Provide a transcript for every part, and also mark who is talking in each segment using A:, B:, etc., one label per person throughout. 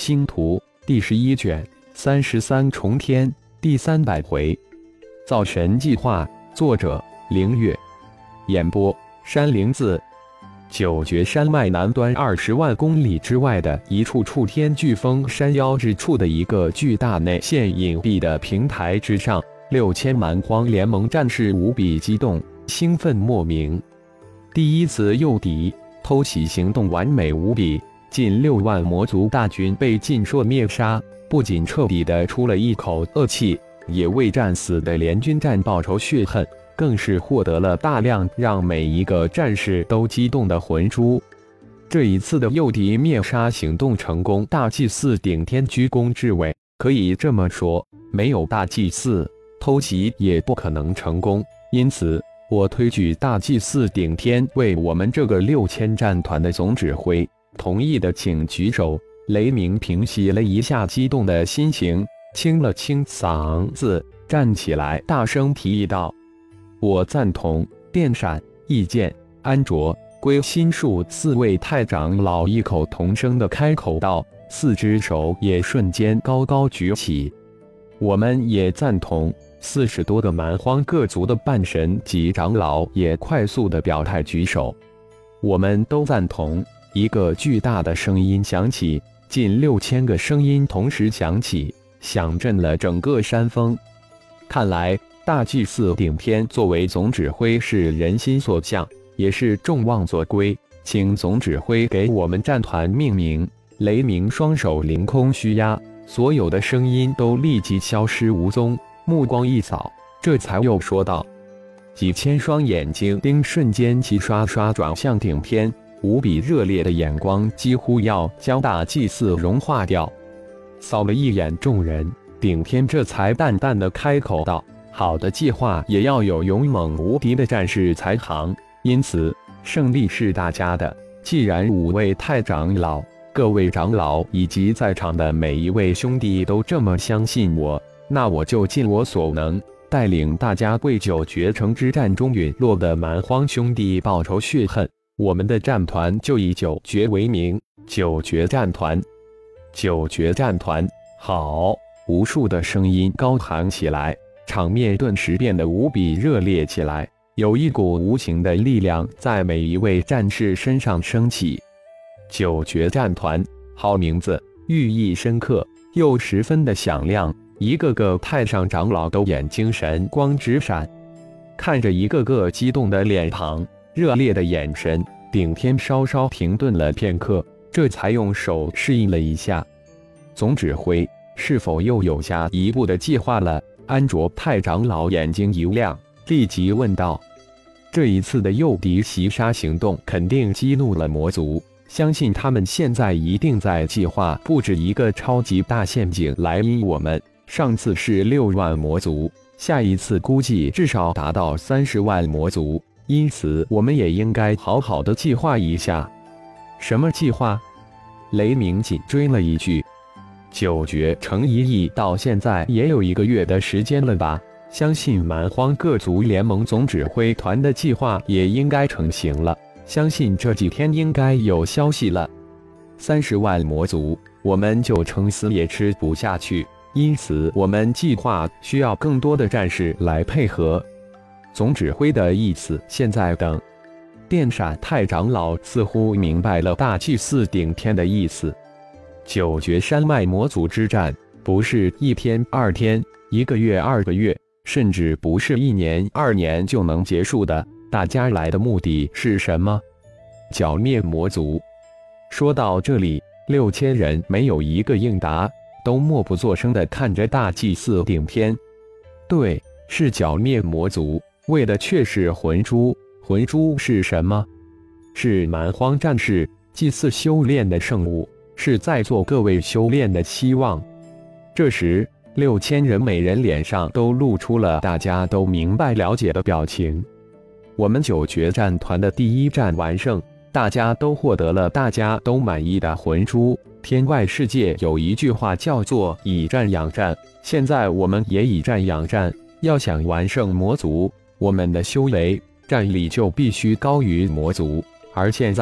A: 星图》第11卷33重天第300回。造神计划，作者凌月，演播山灵子。九绝山脉南端20万公里之外的一处触天巨峰山腰之处的一个巨大内线隐蔽的平台之上，6000蛮荒联盟战士无比激动，兴奋莫名。第一次诱敌偷袭行动完美无比，近6万魔族大军被尽数灭杀，不仅彻底的出了一口恶气，也为战死的联军战报仇血恨，更是获得了大量让每一个战士都激动的魂珠。这一次的诱敌灭杀行动成功，大祭司顶天居功至伟。可以这么说，没有大祭司，偷袭也不可能成功。因此，我推举大祭司顶天为我们这个6000战团的总指挥。同意的请举手。雷鸣平息了一下激动的心情，清了清嗓子，站起来大声提议道：“我赞同。”电闪、意见、安卓、归心术4位太长老异口同声地开口道，4只手也瞬间高高举起。我们也赞同。40多个蛮荒各族的半神级长老也快速地表态举手。我们都赞同。一个巨大的声音响起，近6000个声音同时响起，响震了整个山峰。看来大祭司顶天作为总指挥是人心所向，也是众望所归，请总指挥给我们战团命名。雷鸣双手凌空虚压，所有的声音都立即消失无踪，目光一扫，这才又说道：“几千双眼睛盯瞬间齐刷刷转向顶天，无比热烈的眼光几乎要将大祭司融化掉。”扫了一眼众人，顶天这才淡淡的开口道：“好的计划也要有勇猛无敌的战士才行，因此胜利是大家的。既然5位太长老、各位长老以及在场的每一位兄弟都这么相信我，那我就尽我所能，带领大家为9绝城之战中陨落的蛮荒兄弟报仇血恨。我们的战团就以9绝为名，9绝战团，9绝战团，好！”无数的声音高喊起来，场面顿时变得无比热烈起来，有一股无形的力量在每一位战士身上升起。9绝战团，好名字，寓意深刻，又十分的响亮，一个个太上长老都眼睛神光直闪，看着一个个激动的脸庞，热烈的眼神，顶天稍稍停顿了片刻，这才用手示意了一下。总指挥，是否又有下一步的计划了？安卓太长老眼睛一亮，立即问道：“这一次的诱敌袭杀行动肯定激怒了魔族，相信他们现在一定在计划布置一个超级大陷阱来阴我们。上次是6万魔族，下一次估计至少达到30万魔族，因此我们也应该好好的计划一下。”“什么计划？”雷鸣紧追了一句。9绝城一役到现在也有1个月的时间了吧？相信蛮荒各族联盟总指挥团的计划也应该成型了，相信这几天应该有消息了。30万魔族，我们就撑死也吃不下去，因此我们计划需要更多的战士来配合。总指挥的意思，现在等。电闪太长老似乎明白了大祭司顶天的意思。9绝山脉魔族之战，不是1天2天、1个月2个月，甚至不是1年2年就能结束的。大家来的目的是什么？剿灭魔族。说到这里，6000人没有一个应答，都默不作声地看着大祭司顶天。对，是剿灭魔族，为的却是魂珠。魂珠是什么？是蛮荒战士祭祀修炼的圣物，是在座各位修炼的希望。这时，6000人每人脸上都露出了大家都明白了解的表情。我们9绝战团的第一战完胜，大家都获得了大家都满意的魂珠。天外世界有一句话叫做以战养战，现在我们也以战养战，要想完胜魔族，我们的修为战力就必须高于魔族。而现在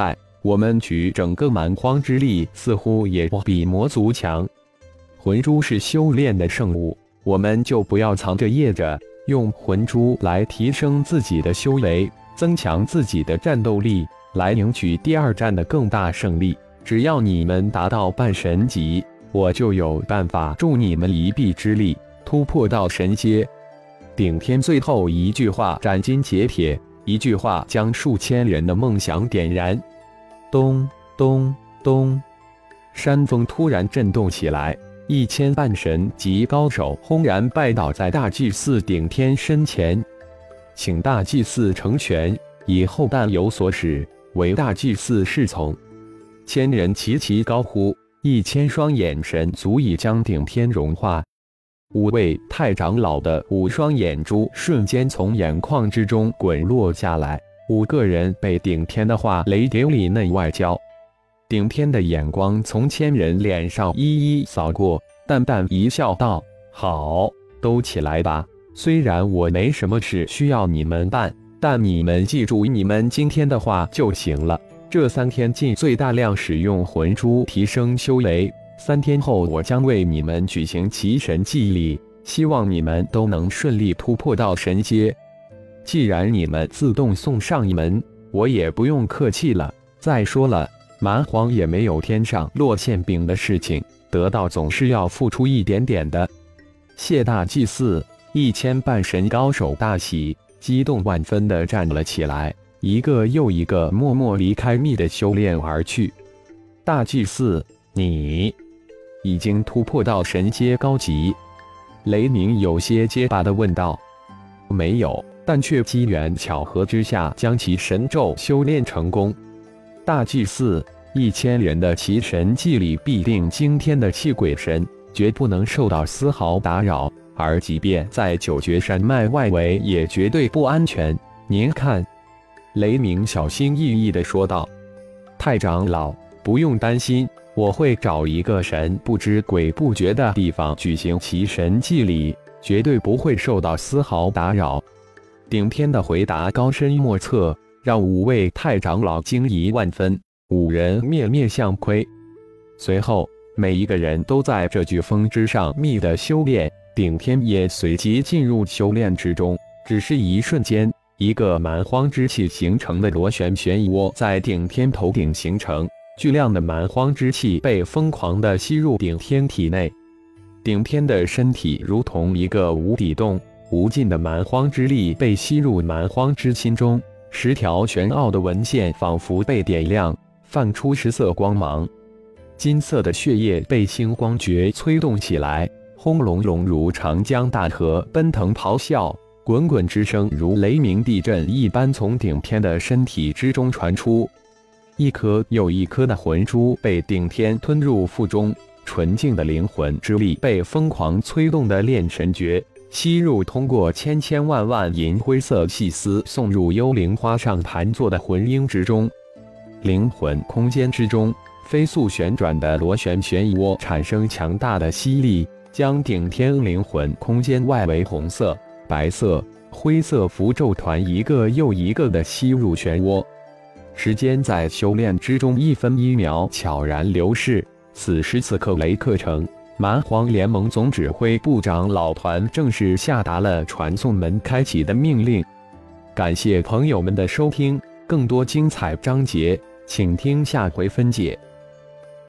A: 我们取整个蛮荒之力，似乎也不比魔族强。魂珠是修炼的圣物，我们就不要藏着掖着，用魂珠来提升自己的修为，增强自己的战斗力，来赢取第二战的更大胜利。只要你们达到半神级，我就有办法助你们一臂之力，突破到神阶。顶天最后一句话斩钉截铁，一句话将数千人的梦想点燃。咚咚咚，山峰突然震动起来，1000半神级高手轰然拜倒在大祭司顶天身前，请大祭司成全，以后但有所使，为大祭司侍从。千人齐齐高呼，1000双眼神足以将顶天融化。5位太长老的5双眼珠瞬间从眼眶之中滚落下来，5个人被顶天的话雷给里内外焦。顶天的眼光从千人脸上一一扫过，淡淡一笑道：“好，都起来吧。虽然我没什么事需要你们办，但你们记住你们今天的话就行了。这3天尽最大量使用魂珠提升修为，3天后我将为你们举行奇神祭礼，希望你们都能顺利突破到神阶。既然你们自动送上一门，我也不用客气了。再说了，蛮荒也没有天上落馅饼的事情，得到总是要付出一点点的。”谢大祭司，1000半神高手大喜，激动万分地站了起来，一个又一个默默离开密的修炼而去。大祭司，你已经突破到神阶高级？雷鸣有些结巴地问道。没有，但却机缘巧合之下将其神咒修炼成功。大祭司，1000人的奇神祭礼必定惊天的气鬼神，绝不能受到丝毫打扰，而即便在九绝山脉外围也绝对不安全。您看，雷鸣小心翼翼地说道。太长老，不用担心，我会找一个神不知鬼不觉的地方举行奇神祭礼，绝对不会受到丝毫打扰。顶天的回答高深莫测，让5位太长老惊疑万分，5人面面相窥。随后，每一个人都在这飓风之上密的修炼，顶天也随即进入修炼之中。只是一瞬间，一个蛮荒之气形成的螺旋漩涡在顶天头顶形成，巨量的蛮荒之气被疯狂地吸入顶天体内。顶天的身体如同一个无底洞，无尽的蛮荒之力被吸入蛮荒之心中，10条玄奥的纹线仿佛被点亮，放出10色光芒。金色的血液被星光诀催动起来，轰隆隆如长江大河奔腾咆哮，滚滚之声如雷鸣地震一般从顶天的身体之中传出。一颗又一颗的魂珠被顶天吞入腹中，纯净的灵魂之力被疯狂催动的炼神诀吸入，通过千千万万银灰色细丝送入幽灵花上盘坐的魂婴之中。灵魂空间之中，飞速旋转的螺旋漩涡产生强大的吸力，将顶天灵魂空间外围红色、白色、灰色符咒团一个又一个的吸入漩涡。时间在修炼之中1分1秒悄然流逝。此时此刻，雷克城蛮荒联盟总指挥部长老团正式下达了传送门开启的命令。感谢朋友们的收听，更多精彩章节，请听下回分解。